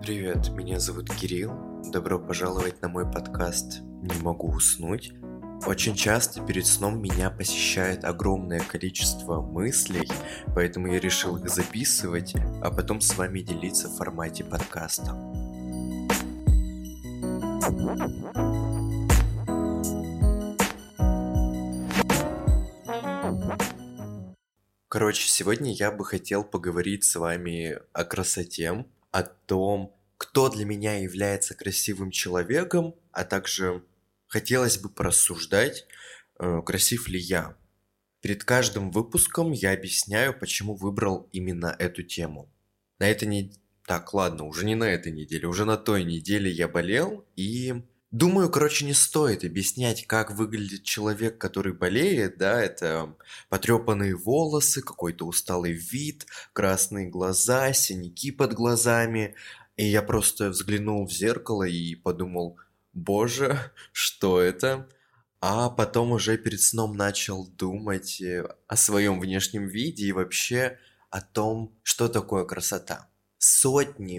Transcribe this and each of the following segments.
Привет, меня зовут Кирилл. Добро пожаловать на мой подкаст «Не могу уснуть». Очень часто перед сном меня посещает огромное количество мыслей, поэтому я решил их записывать, а потом с вами делиться в формате подкаста. Короче, сегодня я бы хотел поговорить с вами о красоте, о том, кто для меня является красивым человеком, а также хотелось бы порассуждать, красив ли я. Перед каждым выпуском я объясняю, почему выбрал именно эту тему. На этой неделе... Так, ладно, уже не на этой неделе, уже на той неделе я болел, и думаю, короче, не стоит объяснять, как выглядит человек, который болеет, да, это потрепанные волосы, какой-то усталый вид, красные глаза, синяки под глазами, и я просто взглянул в зеркало и подумал, боже, что это? А потом уже перед сном начал думать о своем внешнем виде и вообще о том, что такое красота. Сотни,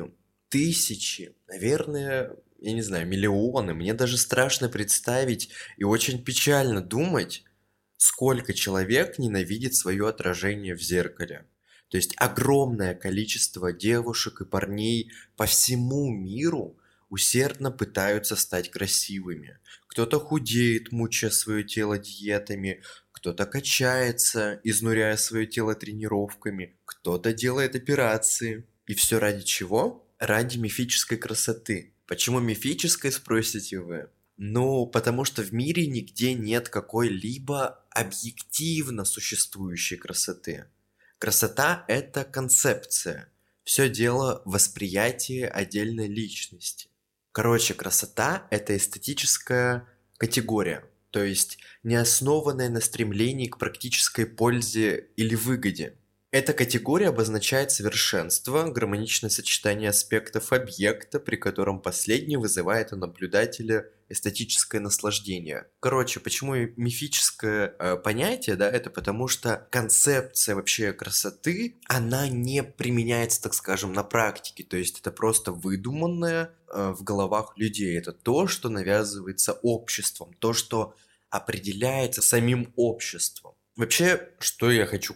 тысячи, наверное, я не знаю, миллионы. Мне даже страшно представить и очень печально думать, сколько человек ненавидит свое отражение в зеркале. То есть огромное количество девушек и парней по всему миру усердно пытаются стать красивыми. Кто-то худеет, мучая свое тело диетами, кто-то качается, изнуряя свое тело тренировками, кто-то делает операции. И все ради чего? Ради мифической красоты. Почему мифической, спросите вы? Ну, потому что в мире нигде нет какой-либо объективно существующей красоты. Красота – это концепция. Все дело в восприятии отдельной личности. Короче, красота – это эстетическая категория, то есть не основанная на стремлении к практической пользе или выгоде. Эта категория обозначает совершенство, гармоничное сочетание аспектов объекта, при котором последний вызывает у наблюдателя эстетическое наслаждение. Короче, почему мифическое понятие, да, это потому что концепция вообще красоты, она не применяется, так скажем, на практике, то есть это просто выдуманное в головах людей, это то, что навязывается обществом, то, что определяется самим обществом. Вообще, что я хочу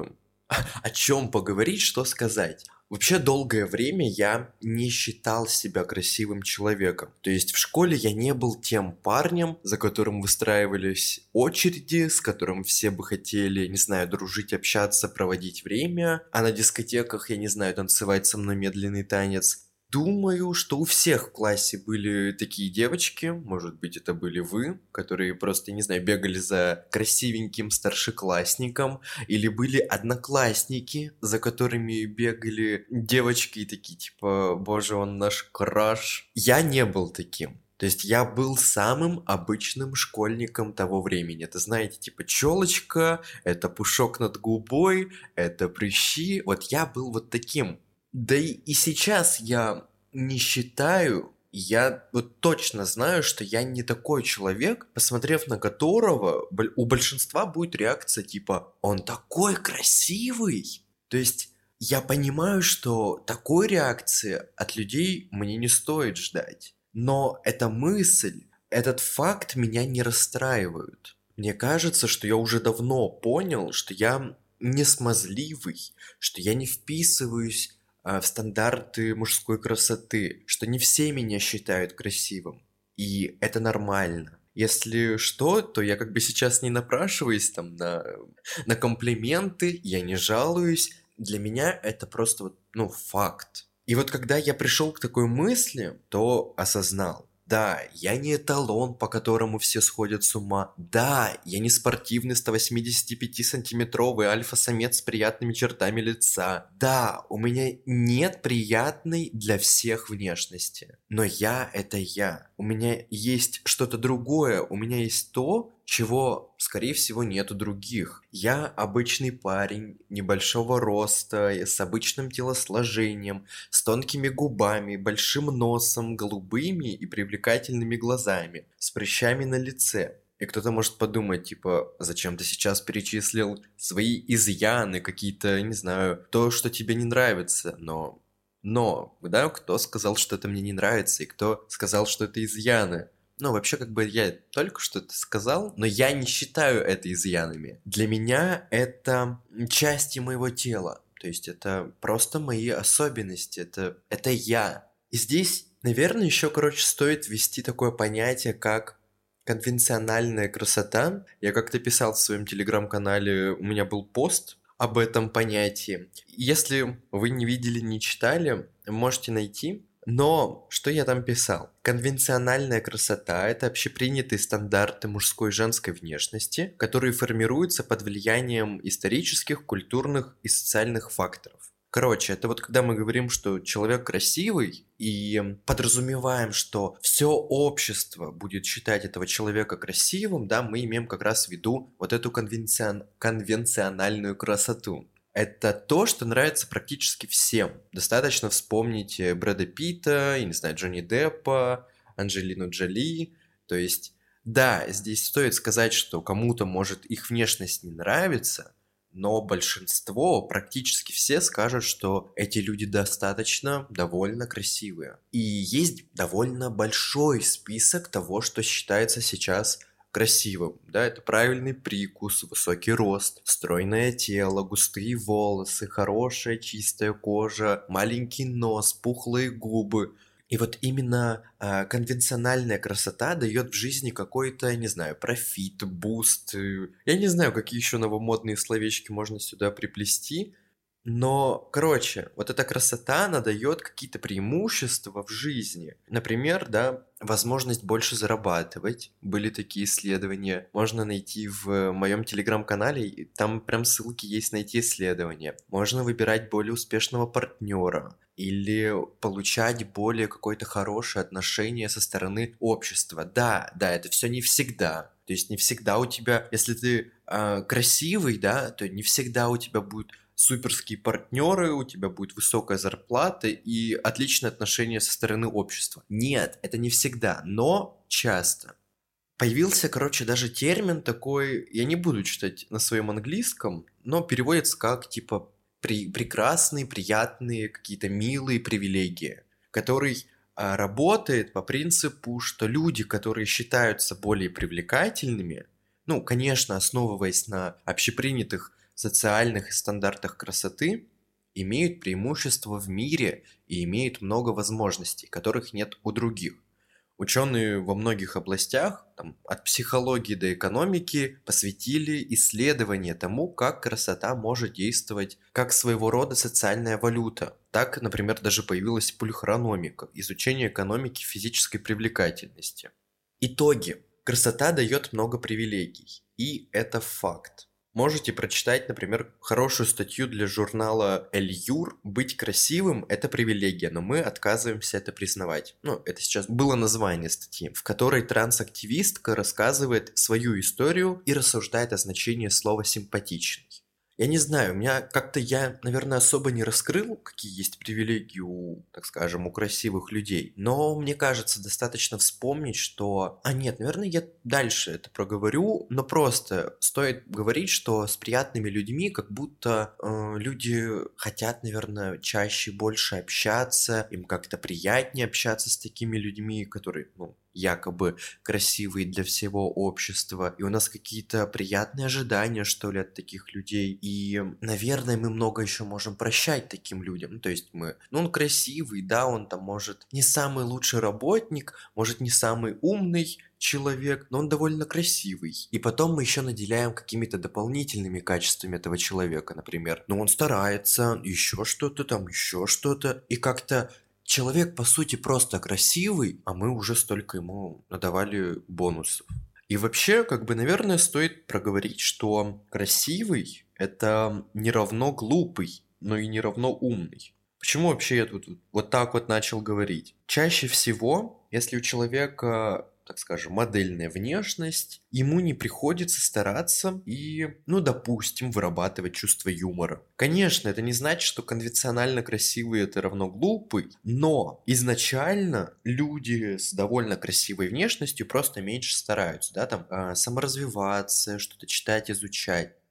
о чем поговорить, что сказать. Вообще долгое время я не считал себя красивым человеком. То есть в школе я не был тем парнем, за которым выстраивались очереди, с которым все бы хотели, не знаю, дружить, общаться, проводить время, а на дискотеках, я не знаю, танцевать со мной медленный танец. Думаю, что у всех в классе были такие девочки, может быть, это были вы, которые просто, не знаю, бегали за красивеньким старшеклассником, или были одноклассники, за которыми бегали девочки и такие, типа, боже, он наш краш. Я не был таким. То есть я был самым обычным школьником того времени. Это, знаете, типа челочка, это пушок над губой, это прыщи. Вот я был вот таким. Да и сейчас я не считаю, я вот точно знаю, что я не такой человек, посмотрев на которого у большинства будет реакция типа «Он такой красивый!». То есть я понимаю, что такой реакции от людей мне не стоит ждать. Но эта мысль, этот факт меня не расстраивают. Мне кажется, что я уже давно понял, что я не смазливый, что я не вписываюсь в стандарты мужской красоты, что не все меня считают красивым. И это нормально. Если что, то я сейчас не напрашиваюсь там на комплименты, я не жалуюсь. Для меня это просто факт. И вот когда я пришел к такой мысли, то осознал. Да, я не эталон, по которому все сходят с ума. Да, я не спортивный 185-сантиметровый альфа-самец с приятными чертами лица. Да, у меня нет приятной для всех внешности. Но я – это я. У меня есть что-то другое. У меня есть то, чего, скорее всего, нет у других. Я обычный парень, небольшого роста, с обычным телосложением, с тонкими губами, большим носом, голубыми и привлекательными глазами, с прыщами на лице. И кто-то может подумать, типа, зачем ты сейчас перечислил свои изъяны, какие-то, не знаю, то, что тебе не нравится, но Но, да, кто сказал, что это мне не нравится, и кто сказал, что это изъяны? Ну, вообще, как бы я только что это сказал, но я не считаю это изъянами. Для меня это части моего тела. То есть это просто мои особенности, это я. И здесь, наверное, еще, короче, стоит ввести такое понятие, как конвенциональная красота. Я как-то писал в своем телеграм-канале, у меня был пост об этом понятии. Если вы не видели, не читали, можете найти. Но что я там писал? Конвенциональная красота – это общепринятые стандарты мужской и женской внешности, которые формируются под влиянием исторических, культурных и социальных факторов. Короче, это вот когда мы говорим, что человек красивый, и подразумеваем, что все общество будет считать этого человека красивым, да, мы имеем как раз в виду вот эту конвенциональную красоту. Это то, что нравится практически всем. Достаточно вспомнить Брэда Питта, я не знаю, Джонни Деппа, Анджелину Джоли. То есть, да, здесь стоит сказать, что кому-то может их внешность не нравиться, но большинство, практически все скажут, что эти люди достаточно, довольно красивые. И есть довольно большой список того, что считается сейчас красивым. Да, это правильный прикус, высокий рост, стройное тело, густые волосы, хорошая чистая кожа, маленький нос, пухлые губы. И вот именно конвенциональная красота дает в жизни какой-то, не знаю, профит, буст. Я не знаю, какие еще новомодные словечки можно сюда приплести. Но, короче, вот эта красота, она дает какие-то преимущества в жизни. Например, да, возможность больше зарабатывать. Были такие исследования. Можно найти в моем телеграм-канале, и там прям ссылки есть на эти исследования. Можно выбирать более успешного партнера или получать более какое-то хорошее отношение со стороны общества. Да, это все не всегда. То есть не всегда у тебя, если ты красивый, да, то не всегда у тебя будут суперские партнеры, у тебя будет высокая зарплата и отличные отношения со стороны общества. Нет, это не всегда, но часто. Появился, короче, даже термин такой, я не буду читать на своем английском, но переводится как, типа, прекрасные, приятные, какие-то милые привилегии, который работает по принципу, что люди, которые считаются более привлекательными, ну, конечно, основываясь на общепринятых социальных и стандартах красоты, имеют преимущество в мире и имеют много возможностей, которых нет у других. Ученые во многих областях, там, от психологии до экономики, посвятили исследование тому, как красота может действовать как своего рода социальная валюта. Так, например, даже появилась пульхрономика – изучение экономики физической привлекательности. Итоги. Красота дает много привилегий, и это факт. Можете прочитать, например, хорошую статью для журнала «Эль-Юр». Быть красивым – это привилегия, но мы отказываемся это признавать. Ну, это сейчас было название статьи, в которой трансактивистка рассказывает свою историю и рассуждает о значении слова «симпатичный». Я не знаю, у меня как-то я, наверное, особо не раскрыл, какие есть привилегии у, так скажем, у красивых людей. Но мне кажется, достаточно вспомнить, что... нет, наверное, я дальше это проговорю, но просто стоит говорить, что с приятными людьми как будто люди хотят, наверное, чаще больше общаться, им как-то приятнее общаться с такими людьми, которые, ну, якобы красивые для всего общества, и у нас какие-то приятные ожидания, что ли, от таких людей, и, наверное, мы много еще можем прощать таким людям, ну, то есть он красивый, да, он там, может, не самый лучший работник, может, не самый умный человек, но он довольно красивый, и потом мы еще наделяем какими-то дополнительными качествами этого человека, например, он старается, еще что-то там, еще что-то, и как-то человек, по сути, просто красивый, а мы уже столько ему надавали бонусов. И вообще, как бы, наверное, стоит проговорить, что красивый – это не равно глупый, но и не равно умный. Почему вообще я тут вот так вот начал говорить? Чаще всего, если у человека, так скажем, модельная внешность, ему не приходится стараться и, допустим, вырабатывать чувство юмора. Конечно, это не значит, что конвенционально красивый это равно глупый, но изначально люди с довольно красивой внешностью просто меньше стараются, да, там, саморазвиваться, что-то читать, изучать.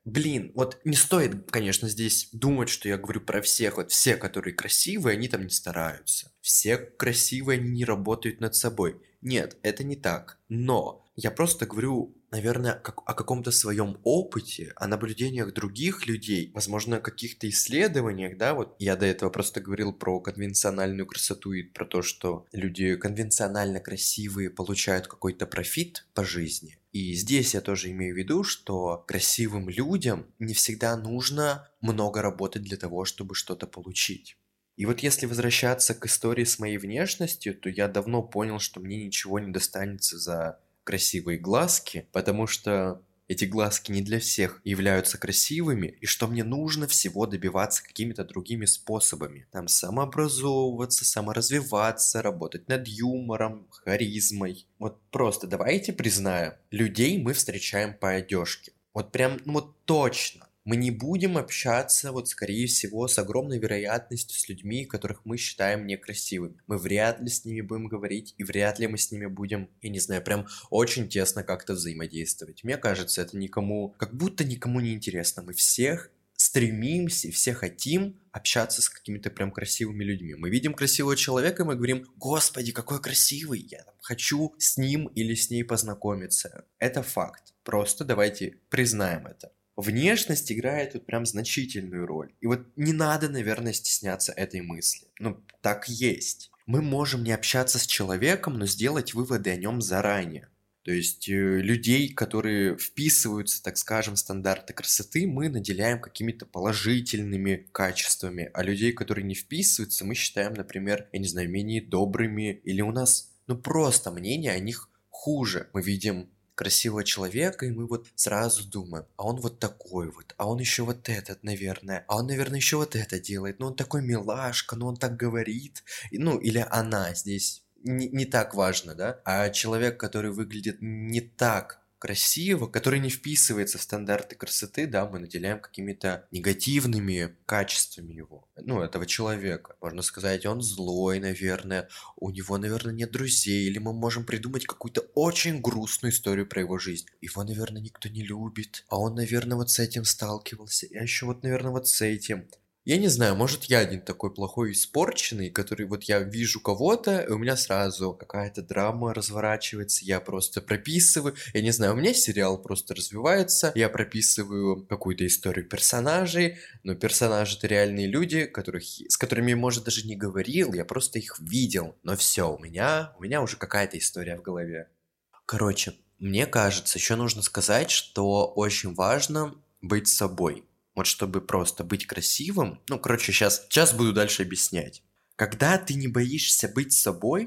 Блин, вот не стоит, конечно, здесь думать, что я говорю про всех. Вот все, которые красивые, они там не стараются. Все красивые, они не работают над собой. Нет, это не так. Но я просто говорю, наверное, о каком-то своем опыте, о наблюдениях других людей, возможно, о каких-то исследованиях, да, вот я до этого просто говорил про конвенциональную красоту и про то, что люди конвенционально красивые получают какой-то профит по жизни. И здесь я тоже имею в виду, что красивым людям не всегда нужно много работать для того, чтобы что-то получить. И вот если возвращаться к истории с моей внешностью, то я давно понял, что мне ничего не достанется за красивые глазки, потому что эти глазки не для всех являются красивыми, и что мне нужно всего добиваться какими-то другими способами. Там самообразовываться, саморазвиваться, работать над юмором, харизмой. Вот просто давайте признаем, людей мы встречаем по одежке. Вот прям, ну вот точно. Мы не будем общаться, вот скорее всего, с огромной вероятностью с людьми, которых мы считаем некрасивыми. Мы вряд ли с ними будем говорить, и вряд ли мы с ними будем, я не знаю, прям очень тесно как-то взаимодействовать. Мне кажется, это никому, как будто никому не интересно. Мы всех стремимся, и все хотим общаться с какими-то прям красивыми людьми. Мы видим красивого человека, и мы говорим: «Господи, какой красивый, я там хочу с ним или с ней познакомиться». Это факт. Просто давайте признаем это. Внешность играет тут прям значительную роль. И вот не надо, наверное, стесняться этой мысли. Ну, так есть. Мы можем не общаться с человеком, но сделать выводы о нем заранее. То есть людей, которые вписываются, так скажем, в стандарты красоты, мы наделяем какими-то положительными качествами, а людей, которые не вписываются, мы считаем, например, я не знаю, менее добрыми, или у нас, ну, просто мнение о них хуже. Мы видим красивого человека, и мы вот сразу думаем: а он вот такой вот, а он еще вот этот, наверное, а он, наверное, еще вот это делает, ну он такой милашка, ну он так говорит, ну или она здесь не так важно, да, а человек, который выглядит не так красиво, который не вписывается в стандарты красоты, да, мы наделяем какими-то негативными качествами его, ну, этого человека. Можно сказать, он злой, наверное, у него, наверное, нет друзей, или мы можем придумать какую-то очень грустную историю про его жизнь. Его, наверное, никто не любит, а он, наверное, вот с этим сталкивался, а еще вот, наверное, вот с этим. Я не знаю, может, я один такой плохой испорченный, который вот я вижу кого-то, и у меня сразу какая-то драма разворачивается, я просто прописываю, я не знаю, у меня сериал просто развивается, я прописываю какую-то историю персонажей, но персонажи это реальные люди, с которыми я, может, даже не говорил, я просто их видел, но все, у меня уже какая-то история в голове. Короче, мне кажется, еще нужно сказать, что очень важно быть собой. Вот чтобы просто быть красивым. Ну, короче, сейчас буду дальше объяснять. Когда ты не боишься быть собой,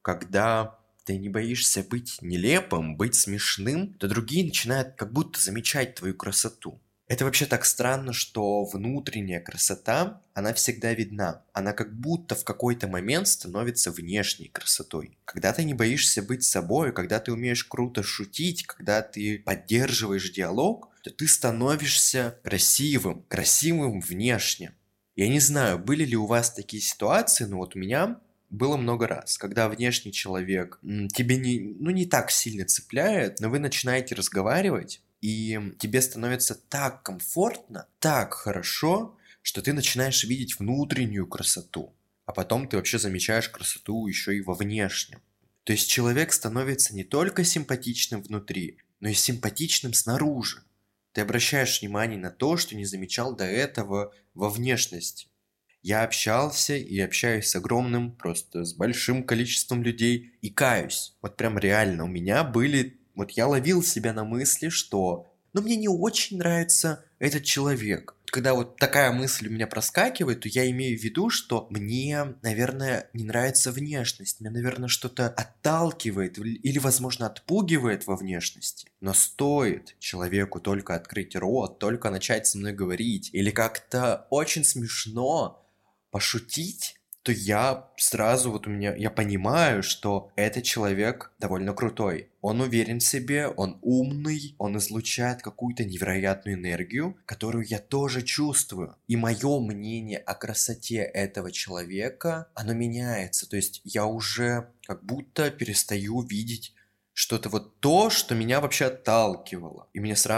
когда ты не боишься быть нелепым, быть смешным, то другие начинают как будто замечать твою красоту. Это вообще так странно, что внутренняя красота, она всегда видна. Она как будто в какой-то момент становится внешней красотой. Когда ты не боишься быть собой, когда ты умеешь круто шутить, когда ты поддерживаешь диалог, то ты становишься красивым, красивым внешне. Я не знаю, были ли у вас такие ситуации, но вот у меня было много раз, когда внешний человек тебе не так сильно цепляет, но вы начинаете разговаривать, и тебе становится так комфортно, так хорошо, что ты начинаешь видеть внутреннюю красоту. А потом ты вообще замечаешь красоту еще и во внешнем. То есть человек становится не только симпатичным внутри, но и симпатичным снаружи. Ты обращаешь внимание на то, что не замечал до этого во внешности. Я общался и общаюсь с огромным, просто с большим количеством людей и каюсь. Вот прям реально, у меня были... Вот я ловил себя на мысли, что... Ну, мне не очень нравится этот человек. Когда вот такая мысль у меня проскакивает, то я имею в виду, что мне, наверное, не нравится внешность. Меня, наверное, что-то отталкивает или, возможно, отпугивает во внешности. Но стоит человеку только открыть рот, только начать со мной говорить, или как-то очень смешно пошутить, то я сразу вот я понимаю, что этот человек довольно крутой. Он уверен в себе, он умный, он излучает какую-то невероятную энергию, которую я тоже чувствую. И мое мнение о красоте этого человека, оно меняется. То есть я уже как будто перестаю видеть что-то вот то, что меня вообще отталкивало. И мне сразу вот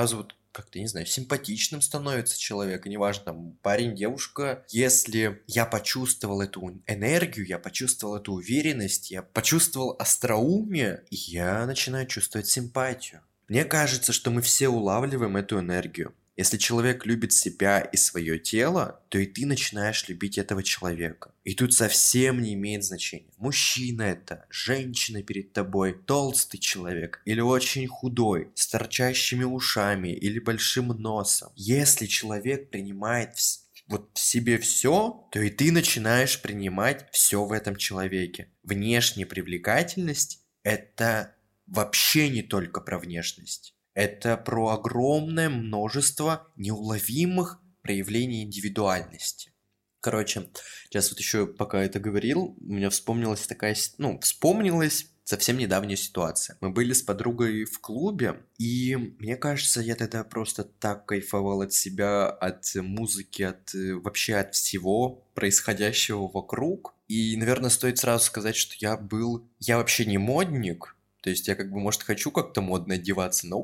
как-то, не знаю, симпатичным становится человек, и неважно, там, парень, девушка, если я почувствовал эту энергию, я почувствовал эту уверенность, я почувствовал остроумие, я начинаю чувствовать симпатию. Мне кажется, что мы все улавливаем эту энергию. Если человек любит себя и свое тело, то и ты начинаешь любить этого человека. И тут совсем не имеет значения, мужчина это, женщина перед тобой, толстый человек или очень худой, с торчащими ушами или большим носом. Если человек принимает вот в себе все, то и ты начинаешь принимать все в этом человеке. Внешняя привлекательность – это вообще не только про внешность. Это про огромное множество неуловимых проявлений индивидуальности. Короче, сейчас вот еще пока это говорил, у меня вспомнилась вспомнилась совсем недавняя ситуация. Мы были с подругой в клубе, и мне кажется, я тогда просто так кайфовал от себя, от музыки, вообще от всего происходящего вокруг. И, наверное, стоит сразу сказать, что я вообще не модник. То есть я может, хочу как-то модно одеваться, но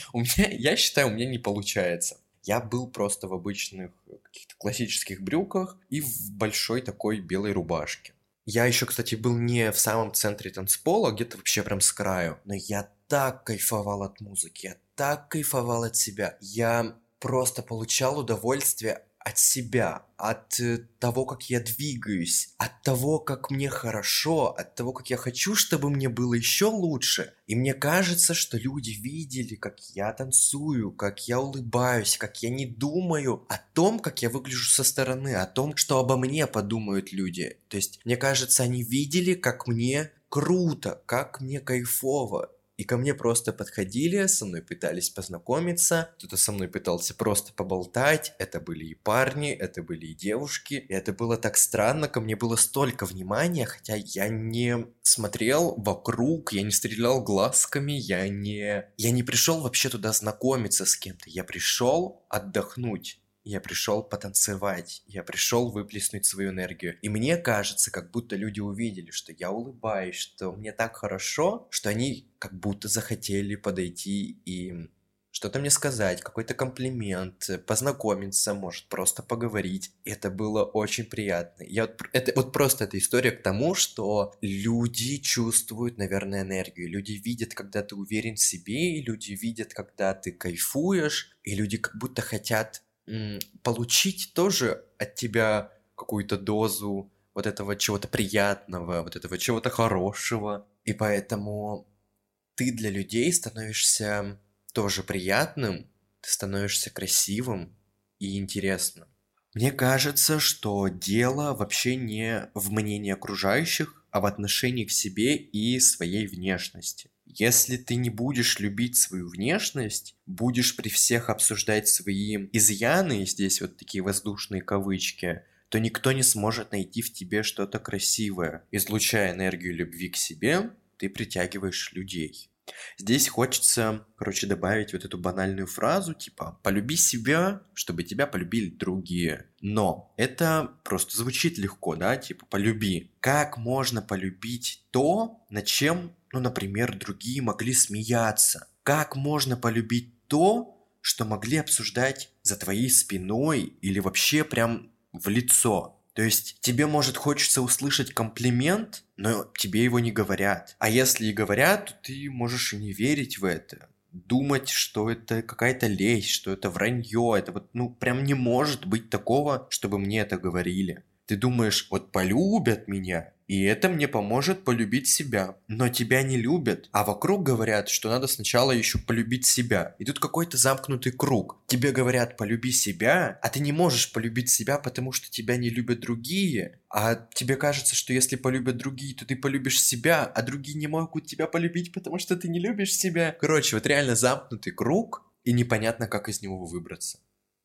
я считаю, у меня не получается. Я был просто в обычных каких-то классических брюках и в большой такой белой рубашке. Я еще, кстати, был не в самом центре танцпола, а где-то вообще прям с краю. Но я так кайфовал от музыки, я так кайфовал от себя. Я просто получал удовольствие от себя, от того, как я двигаюсь, от того, как мне хорошо, от того, как я хочу, чтобы мне было еще лучше. И мне кажется, что люди видели, как я танцую, как я улыбаюсь, как я не думаю о том, как я выгляжу со стороны, о том, что обо мне подумают люди. То есть, мне кажется, они видели, как мне круто, как мне кайфово. И ко мне просто подходили, со мной пытались познакомиться, кто-то со мной пытался просто поболтать, это были и парни, это были и девушки, и это было так странно, ко мне было столько внимания, хотя я не смотрел вокруг, я не стрелял глазками, я не пришел вообще туда знакомиться с кем-то, я пришел отдохнуть. Я пришел потанцевать, я пришел выплеснуть свою энергию. И мне кажется, как будто люди увидели, что я улыбаюсь, что мне так хорошо, что они как будто захотели подойти и что-то мне сказать, какой-то комплимент, познакомиться, может, просто поговорить. И это было очень приятно. Это просто эта история к тому, что люди чувствуют, наверное, энергию. Люди видят, когда ты уверен в себе, и люди видят, когда ты кайфуешь, и люди как будто хотят получить тоже от тебя какую-то дозу вот этого чего-то приятного, вот этого чего-то хорошего. И поэтому ты для людей становишься тоже приятным, ты становишься красивым и интересным. Мне кажется, что дело вообще не в мнении окружающих, а в отношении к себе и своей внешности. Если ты не будешь любить свою внешность, будешь при всех обсуждать свои изъяны, здесь вот такие воздушные кавычки, то никто не сможет найти в тебе что-то красивое. Излучая энергию любви к себе, ты притягиваешь людей. Здесь хочется, добавить вот эту банальную фразу, типа «полюби себя, чтобы тебя полюбили другие». Но это просто звучит легко, да, типа «полюби». Как можно полюбить то, над чем, например, другие могли смеяться? Как можно полюбить то, что могли обсуждать за твоей спиной или вообще прям в лицо? То есть тебе, может, хочется услышать комплимент, но тебе его не говорят. А если и говорят, то ты можешь и не верить в это. Думать, что это какая-то лесть, что это вранье. Это прям не может быть такого, чтобы мне это говорили. Ты думаешь, вот полюбят меня, и это мне поможет полюбить себя. Но тебя не любят, а вокруг говорят, что надо сначала еще полюбить себя. И тут какой-то замкнутый круг. Тебе говорят, полюби себя, а ты не можешь полюбить себя, потому что тебя не любят другие. А тебе кажется, что если полюбят другие, то ты полюбишь себя, а другие не могут тебя полюбить, потому что ты не любишь себя. Короче, вот реально замкнутый круг, и непонятно, как из него выбраться.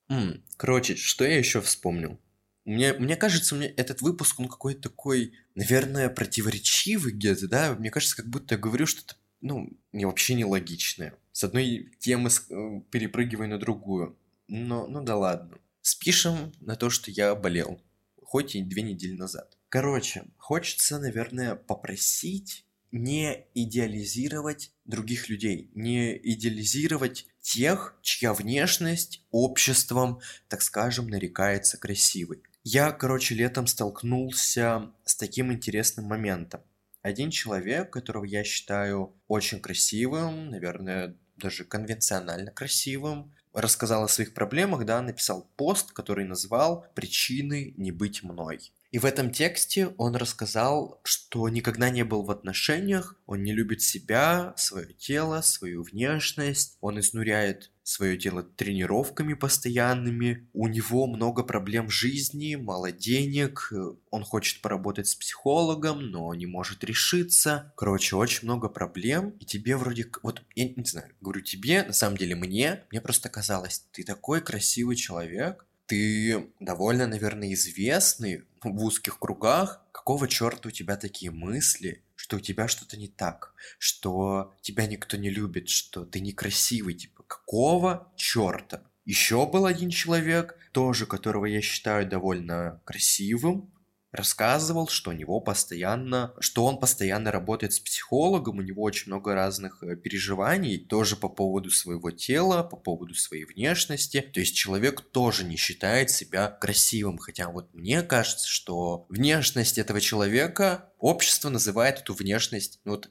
Что я еще вспомнил? Мне кажется, у меня этот выпуск, он какой-то такой, наверное, противоречивый где-то, да? Мне кажется, как будто я говорю что-то, вообще нелогичное. С одной темы перепрыгиваю на другую. Но, да ладно. Спишем на то, что я болел. Хоть и 2 недели назад. Короче, хочется, наверное, попросить не идеализировать других людей, не идеализировать тех, чья внешность обществом, так скажем, нарекается красивой. Я, короче, летом столкнулся с таким интересным моментом. Один человек, которого я считаю очень красивым, наверное, даже конвенционально красивым, рассказал о своих проблемах, да, написал пост, который назвал «Причины не быть мной». И в этом тексте он рассказал, что никогда не был в отношениях, он не любит себя, свое тело, свою внешность, он изнуряет свое тело тренировками постоянными, у него много проблем в жизни, мало денег, он хочет поработать с психологом, но не может решиться. Короче, очень много проблем, и тебе вроде, вот, я не знаю, говорю тебе, на самом деле мне просто казалось, ты такой красивый человек, ты довольно, наверное, известный в узких кругах. Какого черта у тебя такие мысли, что у тебя что-то не так, что тебя никто не любит, что ты некрасивый, типа, какого черта? Еще был один человек, тоже которого я считаю довольно красивым, рассказывал, что у него постоянно, что он постоянно работает с психологом, у него очень много разных переживаний, тоже по поводу своего тела, по поводу своей внешности. То есть человек тоже не считает себя красивым, хотя вот мне кажется, что внешность этого человека, общество называет эту внешность вот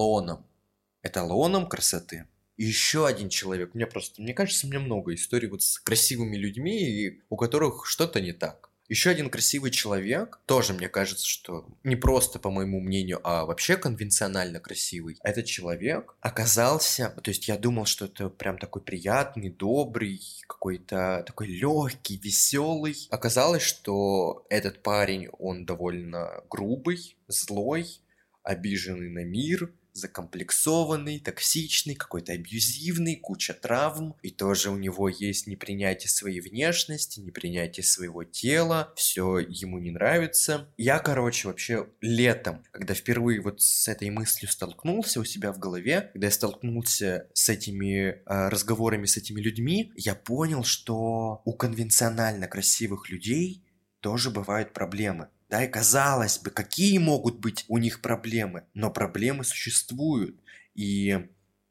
эталоном красоты. И еще один человек, мне кажется, у меня много историй вот с красивыми людьми, у которых что-то не так. Еще один красивый человек, тоже мне кажется, что не просто, по моему мнению, а вообще конвенционально красивый. Этот человек оказался, то есть я думал, что это прям такой приятный, добрый, какой-то такой легкий, веселый. Оказалось, что этот парень, он довольно грубый, злой, обиженный на мир, закомплексованный, токсичный, какой-то абьюзивный, куча травм. И тоже у него есть непринятие своей внешности, непринятие своего тела, все ему не нравится. Я, короче, вообще летом, когда впервые вот с этой мыслью столкнулся у себя в голове, когда я столкнулся с этими разговорами с этими людьми, я понял, что у конвенционально красивых людей тоже бывают проблемы. Да, и казалось бы, какие могут быть у них проблемы, но проблемы существуют. И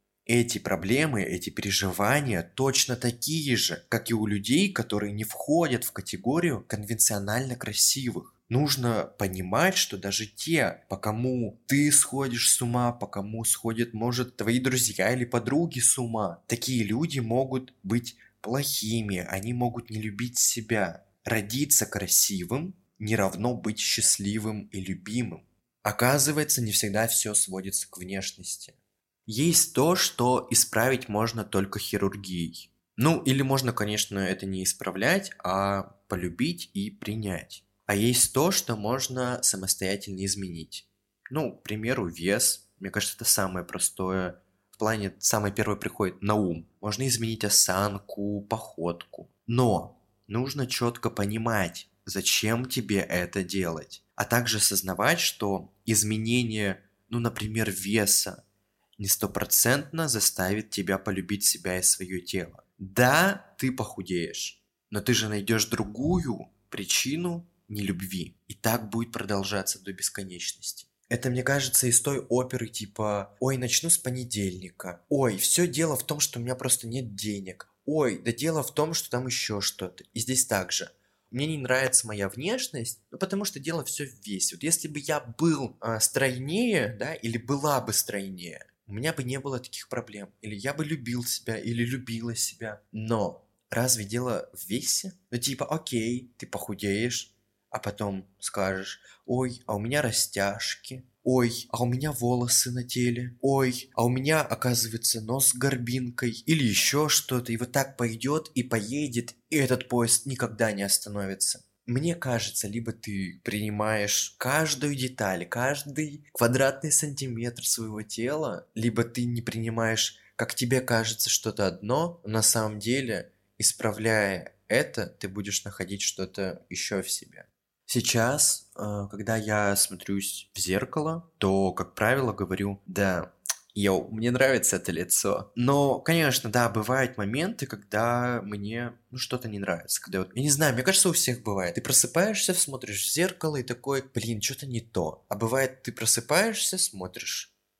эти проблемы, эти переживания точно такие же, как и у людей, которые не входят в категорию конвенционально красивых. Нужно понимать, что даже те, по кому ты сходишь с ума, по кому сходят, может, твои друзья или подруги с ума, такие люди могут быть плохими, они могут не любить себя. Родиться красивым не равно быть счастливым и любимым. Оказывается, не всегда все сводится к внешности. Есть то, что исправить можно только хирургией. Ну, или можно, конечно, это не исправлять, а полюбить и принять. А есть то, что можно самостоятельно изменить. Ну, к примеру, вес. Мне кажется, это самое простое. В плане, самое первое приходит на ум. Можно изменить осанку, походку. Но нужно четко понимать, зачем тебе это делать. А также осознавать, что изменение, ну, например, веса, не стопроцентно заставит тебя полюбить себя и свое тело. Да, ты похудеешь, но ты же найдешь другую причину нелюбви. И так будет продолжаться до бесконечности. Это, мне кажется, из той оперы типа «Ой, начну с понедельника», «Ой, все дело в том, что у меня просто нет денег», «Ой, да дело в том, что там еще что-то». И здесь также. Мне не нравится моя внешность, ну потому что дело все в весе. Вот если бы я был стройнее, да, или была бы стройнее, у меня бы не было таких проблем. Или я бы любил себя, или любила себя. Но разве дело в весе? Ну типа, окей, ты похудеешь, а потом скажешь, ой, а у меня растяжки, ой, а у меня волосы на теле, ой, а у меня, оказывается, нос с горбинкой, или еще что-то, и вот так пойдет и поедет, и этот поезд никогда не остановится. Мне кажется, либо ты принимаешь каждую деталь, каждый квадратный сантиметр своего тела, либо ты не принимаешь, как тебе кажется, что-то одно, но на самом деле, исправляя это, ты будешь находить что-то еще в себе. Сейчас, когда я смотрюсь в зеркало, то, как правило, говорю, да, йоу, мне нравится это лицо. Но, конечно, да, бывают моменты, когда мне, ну, что-то не нравится. Когда вот, я не знаю, мне кажется, у всех бывает. Ты просыпаешься, смотришь в зеркало и такой, блин, что-то не то. А бывает, ты просыпаешься, смотришь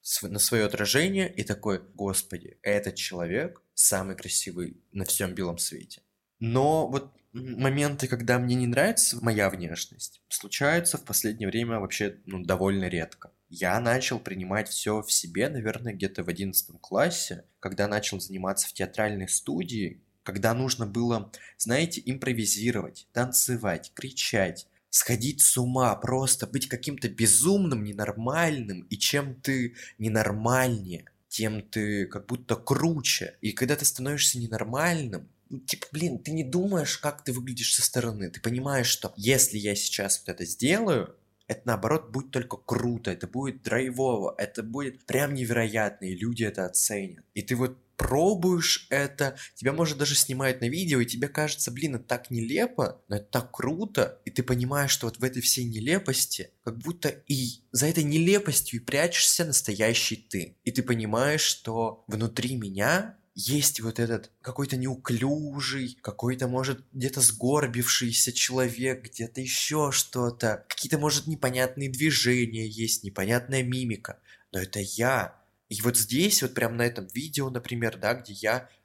на свое отражение и такой: господи, этот человек самый красивый на всем белом свете. Но вот моменты, когда мне не нравится моя внешность, случаются в последнее время вообще, ну, довольно редко. Я начал принимать все в себе, наверное, где-то в 11 классе, когда начал заниматься в театральной студии, когда нужно было, знаете, импровизировать, танцевать, кричать, сходить с ума, просто быть каким-то безумным, ненормальным, и чем ты ненормальнее, тем ты как будто круче. И когда ты становишься ненормальным, ну, типа, блин, ты не думаешь, как ты выглядишь со стороны. Ты понимаешь, что если я сейчас вот это сделаю, это наоборот будет только круто, это будет драйвово, это будет прям невероятно, и люди это оценят. И ты вот пробуешь это, тебя может даже снимают на видео, и тебе кажется, блин, это так нелепо, но это так круто, и ты понимаешь, что вот в этой всей нелепости, как будто и за этой нелепостью и прячешься настоящий ты. И ты понимаешь, что внутри меня есть вот этот какой-то неуклюжий, какой-то, может, где-то сгорбившийся человек, где-то еще что-то. Какие-то, может, непонятные движения есть, непонятная мимика. Но это я. И вот здесь, вот прям на этом видео, например, да, где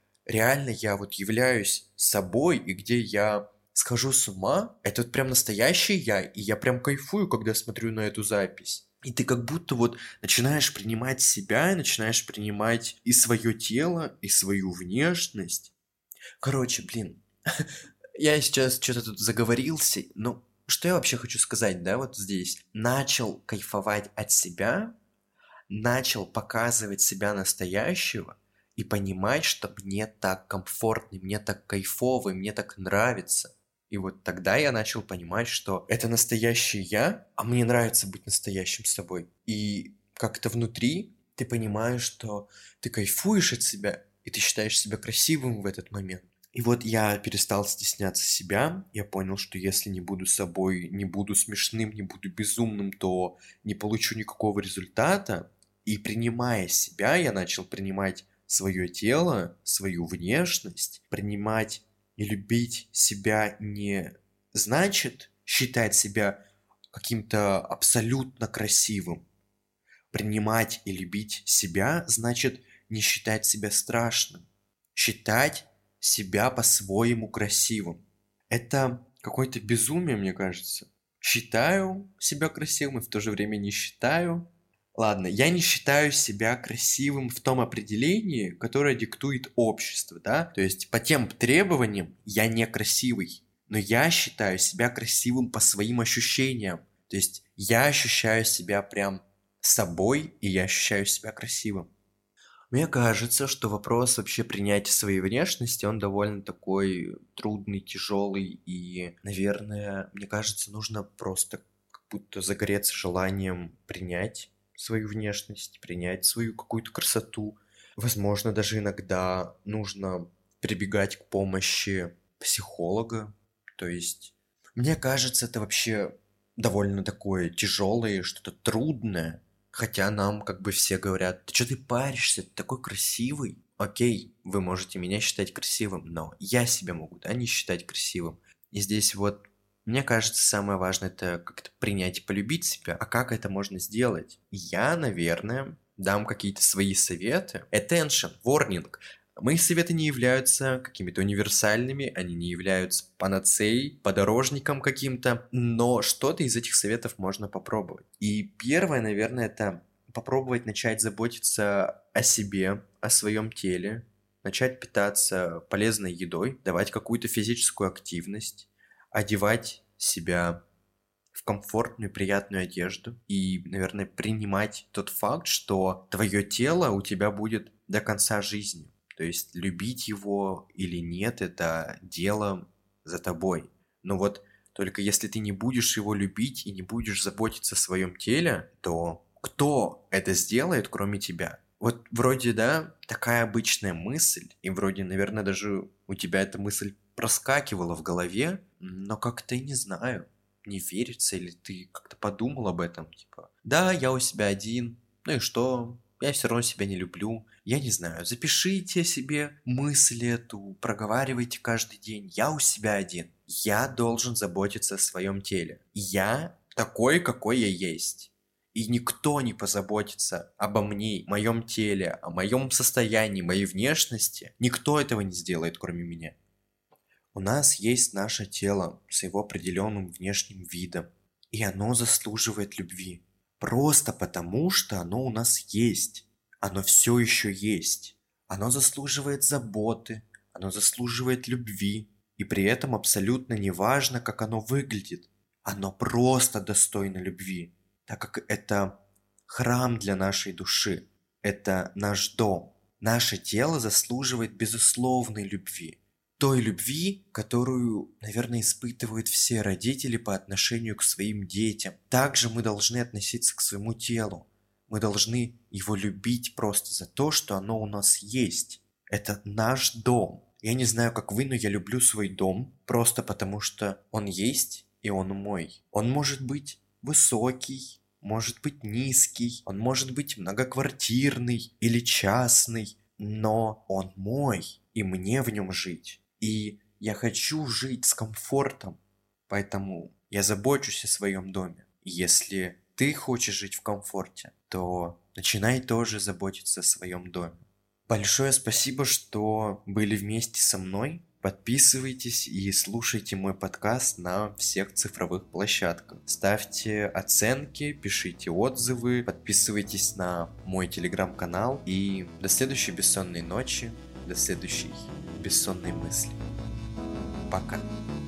я вот являюсь собой, и где я схожу с ума, это вот прям настоящий я, и я прям кайфую, когда смотрю на эту запись. И ты как будто вот начинаешь принимать себя, начинаешь принимать и свое тело, и свою внешность. Короче, блин, я сейчас что-то тут заговорился, но что я вообще хочу сказать, да, вот здесь? Начал кайфовать от себя, начал показывать себя настоящего и понимать, что мне так комфортно, мне так кайфово, и мне так нравится. И вот тогда я начал понимать, что это настоящий я, а мне нравится быть настоящим собой. И как-то внутри ты понимаешь, что ты кайфуешь от себя, и ты считаешь себя красивым в этот момент. И вот я перестал стесняться себя, я понял, что если не буду собой, не буду смешным, не буду безумным, то не получу никакого результата. И принимая себя, я начал принимать свое тело, свою внешность, принимать и любить себя не значит считать себя каким-то абсолютно красивым. Принимать и любить себя значит не считать себя страшным. Считать себя по-своему красивым. Это какое-то безумие, мне кажется. Считаю себя красивым и в то же время не считаю. Ладно, я не считаю себя красивым в том определении, которое диктует общество, да? То есть по тем требованиям я не красивый, но я считаю себя красивым по своим ощущениям. То есть я ощущаю себя прям собой, и я ощущаю себя красивым. Мне кажется, что вопрос вообще принятия своей внешности, он довольно такой трудный, тяжелый, и, наверное, мне кажется, нужно просто как будто загореться желанием принять свою внешность, принять свою какую-то красоту. Возможно, даже иногда нужно прибегать к помощи психолога. То есть, мне кажется, это вообще довольно такое тяжелое, что-то трудное. Хотя нам как бы все говорят: ты что ты паришься, ты такой красивый. Окей, вы можете меня считать красивым, но я себя могу, да, не считать красивым. И здесь вот, мне кажется, самое важное это как-то принять и полюбить себя. А как это можно сделать? Я, наверное, дам какие-то свои советы. Attention, warning. Мои советы не являются какими-то универсальными, они не являются панацеей, подорожником каким-то, но что-то из этих советов можно попробовать. И первое, наверное, это попробовать начать заботиться о себе, о своем теле, начать питаться полезной едой, давать какую-то физическую активность, одевать себя в комфортную, приятную одежду и, наверное, принимать тот факт, что твое тело у тебя будет до конца жизни. То есть любить его или нет, это дело за тобой. Но вот только если ты не будешь его любить и не будешь заботиться о своем теле, то кто это сделает, кроме тебя? Вот вроде, да, такая обычная мысль, и вроде, наверное, даже у тебя эта мысль проскакивала в голове, но как-то и не знаю, не верится, или ты как-то подумал об этом, типа, да, я у себя один, ну и что, я все равно себя не люблю, я не знаю, запишите себе мысль эту, проговаривайте каждый день, я у себя один, я должен заботиться о своем теле, я такой, какой я есть. и никто не позаботится обо мне, моем теле, о моем состоянии, моей внешности. Никто этого не сделает, кроме меня. У нас есть наше тело с его определенным внешним видом, и оно заслуживает любви. Просто потому, что оно у нас есть. Оно все еще есть. Оно заслуживает заботы, оно заслуживает любви, и при этом абсолютно не важно, как оно выглядит. Оно просто достойно любви, так как это храм для нашей души, это наш дом. Наше тело заслуживает безусловной любви. Той любви, которую, наверное, испытывают все родители по отношению к своим детям. Также мы должны относиться к своему телу. Мы должны его любить просто за то, что оно у нас есть. Это наш дом. Я не знаю, как вы, но я люблю свой дом просто потому, что он есть и он мой. Он может быть высокий, может быть низкий, он может быть многоквартирный или частный, но он мой, и мне в нем жить. И я хочу жить с комфортом, поэтому я забочусь о своем доме. И если ты хочешь жить в комфорте, то начинай тоже заботиться о своем доме. Большое спасибо, что были вместе со мной. Подписывайтесь и слушайте мой подкаст на всех цифровых площадках. Ставьте оценки, пишите отзывы, подписывайтесь на мой телеграм-канал. И до следующей бессонной ночи, до следующей бессонной мысли. Пока.